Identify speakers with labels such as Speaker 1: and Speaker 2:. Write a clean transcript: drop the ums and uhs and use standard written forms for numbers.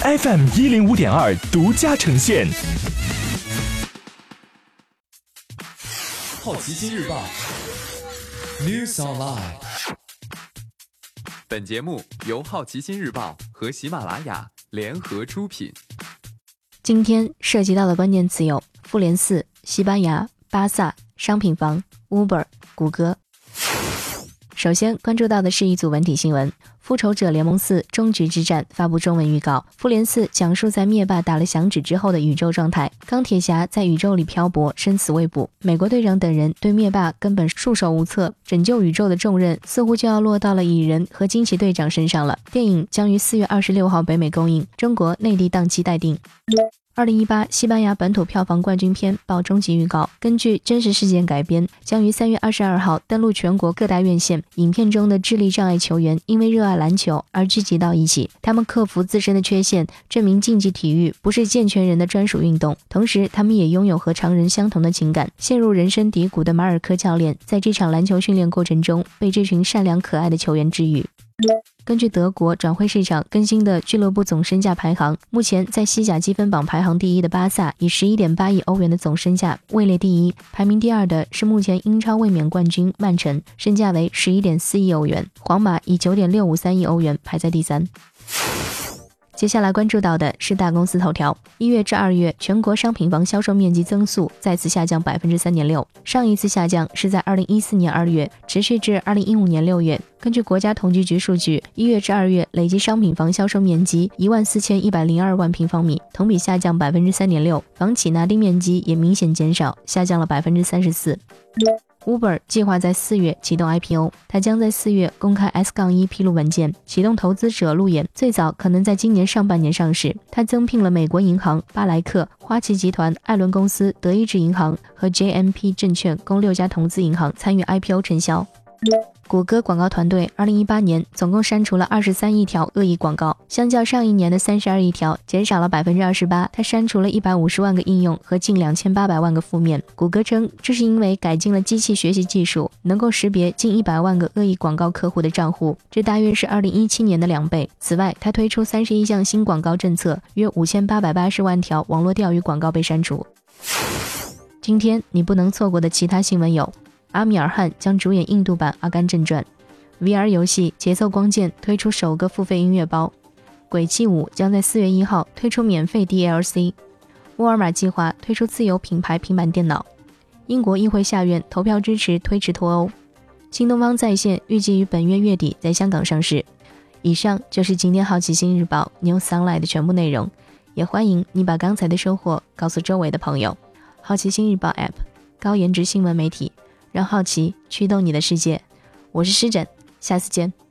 Speaker 1: FM105.2独家呈现。
Speaker 2: 好奇心日报 News Online。
Speaker 3: 本节目由好奇心日报和喜马拉雅联合出品。
Speaker 4: 今天涉及到的关键词有复联4、西班牙、巴萨、商品房、Uber、谷歌。首先关注到的是一组文体新闻。复仇者联盟4终局之战发布中文预告。复联4讲述在灭霸打了响指之后的宇宙状态，钢铁侠在宇宙里漂泊，生死未卜，美国队长等人对灭霸根本束手无策，拯救宇宙的重任似乎就要落到了蚁人和惊奇队长身上了。电影将于4月26号北美公映，中国内地档期待定。2018西班牙本土票房冠军片报终极预告，根据真实事件改编，将于3月22号登陆全国各大院线。影片中的智力障碍球员因为热爱篮球而聚集到一起，他们克服自身的缺陷，证明竞技体育不是健全人的专属运动。同时他们也拥有和常人相同的情感。陷入人生低谷的马尔科教练在这场篮球训练过程中被这群善良可爱的球员治愈。根据德国转会市场更新的俱乐部总身价排行，目前在西甲积分榜排行第一的巴萨以 11.8 亿欧元的总身价位列第一，排名第二的是目前英超卫冕冠军曼城，身价为 11.4 亿欧元，皇马以 9.653 亿欧元排在第三。接下来关注到的是大公司头条。1月至2月全国商品房销售面积增速再次下降 3.6%， 上一次下降是在2014年2月，持续至2015年6月。根据国家统计局数据，1月至2月累计商品房销售面积14102万平方米，同比下降 3.6%， 房企拿地面积也明显减少，下降了 34%。Uber 计划在4月启动 IPO， 它将在4月公开 S-1 披露文件，启动投资者路演，最早可能在今年上半年上市。它增聘了美国银行、巴莱克、花旗集团、艾伦公司、德意志银行和 JMP 证券共6家投资银行参与 IPO 承销。谷歌广告团队2018年总共删除了23亿条恶意广告，相较上一年的32亿条，减少了 28%。它删除了150万个应用和近2800万个负面。谷歌称，这是因为改进了机器学习技术，能够识别近100万个恶意广告客户的账户，这大约是2017年的2倍。此外，它推出31项新广告政策，约5880万条网络钓鱼广告被删除。今天你不能错过的其他新闻有：阿米尔汗将主演印度版《阿甘正传》，VR 游戏《节奏光剑》推出首个付费音乐包，鬼泣5将在4月1号推出免费 DLC， 沃尔玛计划推出自有品牌平板电脑，英国议会下院投票支持推迟脱欧，新东方在线预计于本月月底在香港上市。以上就是今天好奇心日报 New Sunlight 的全部内容，也欢迎你把刚才的收获告诉周围的朋友。好奇心日报 App， 高颜值新闻媒体，让好奇驱动你的世界。我是施展，下次见。